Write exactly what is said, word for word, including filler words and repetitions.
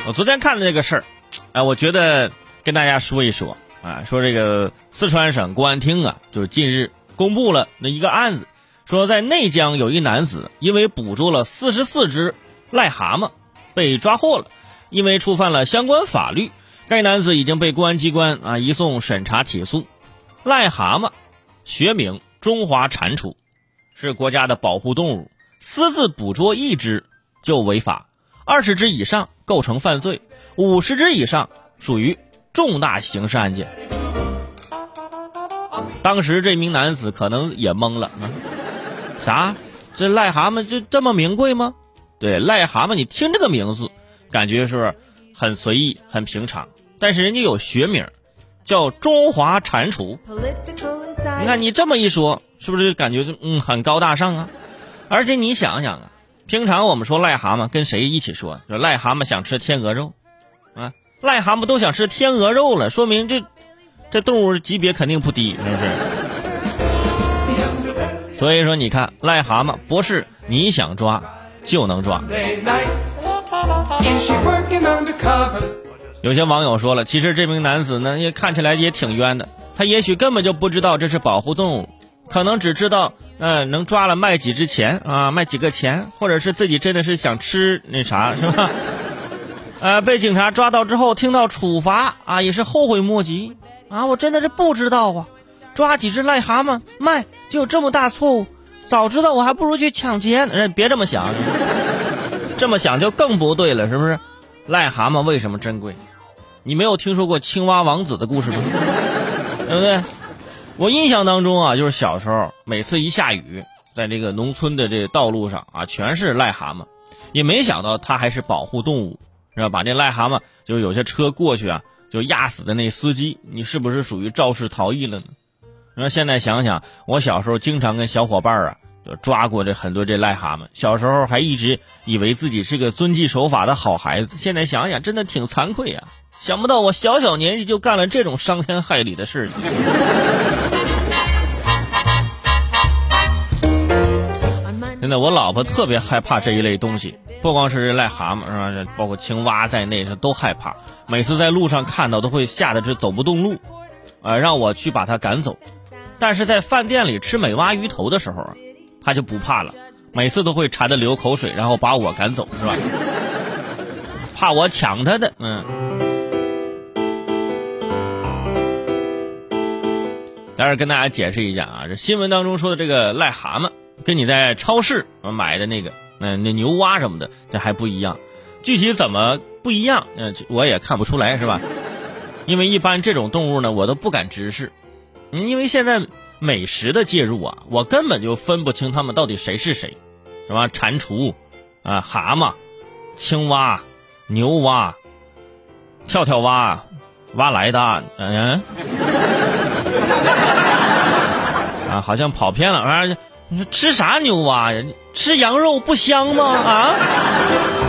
我昨天看的这个事儿，哎，我觉得跟大家说一说啊，说这个四川省公安厅啊，就是近日公布了那一个案子，说在内江有一男子因为捕捉了四十四只癞蛤蟆被抓获了，因为触犯了相关法律，该男子已经被公安机关啊移送审查起诉。癞蛤蟆学名中华蟾蜍，是国家的保护动物，私自捕捉一只就违法，二十只以上构成犯罪，五十只以上属于重大刑事案件。当时这名男子可能也懵了，啊、啥？这癞蛤蟆就这么名贵吗？对，癞蛤蟆你听这个名字感觉是很随意很平常，但是人家有学名叫中华蟾蜍。你看你这么一说，是不是感觉嗯很高大上啊？而且你想想啊，平常我们说癞蛤蟆跟谁一起说？说癞蛤蟆想吃天鹅肉啊，癞蛤蟆都想吃天鹅肉了，说明这这动物级别肯定不低，是不是？所以说你看癞蛤蟆不是你想抓就能抓。有些网友说了，其实这名男子呢也看起来也挺冤的，他也许根本就不知道这是保护动物，可能只知道呃能抓了卖几只钱啊，卖几个钱，或者是自己真的是想吃那啥，是吧？呃被警察抓到之后听到处罚啊也是后悔莫及啊，我真的是不知道啊，抓几只癞蛤蟆卖就有这么大错误，早知道我还不如去抢劫呢。别这么想，这么想就更不对了，是不是？癞蛤蟆为什么珍贵？你没有听说过青蛙王子的故事吗？对不对？我印象当中啊，就是小时候每次一下雨，在这个农村的这个道路上啊，全是癞蛤蟆，也没想到它还是保护动物，是吧？把这癞蛤蟆就是有些车过去啊，就压死的那司机，你是不是属于肇事逃逸了呢？然后现在想想，我小时候经常跟小伙伴啊就抓过这很多这癞蛤蟆，小时候还一直以为自己是个遵纪守法的好孩子，现在想想真的挺惭愧啊。想不到我小小年纪就干了这种伤天害理的事情。真的，我老婆特别害怕这一类东西，不光是癞蛤蟆，是吧？包括青蛙在内，她都害怕。每次在路上看到，都会吓得这走不动路，呃，让我去把她赶走。但是在饭店里吃美蛙鱼头的时候啊，她就不怕了，每次都会馋得流口水，然后把我赶走，是吧？怕我抢她的，嗯。待会儿跟大家解释一下啊，这新闻当中说的这个癞蛤蟆，跟你在超市买的那个那那牛蛙什么的，这还不一样。具体怎么不一样，呃，我也看不出来，是吧？因为一般这种动物呢，我都不敢直视，因为现在美食的介入啊，我根本就分不清他们到底谁是谁，是吧？蟾蜍啊，蛤蟆、青蛙、牛蛙、跳跳蛙、蛙来的，嗯。啊，好像跑偏了。啊，你说吃啥牛蛙呀？吃羊肉不香吗？啊！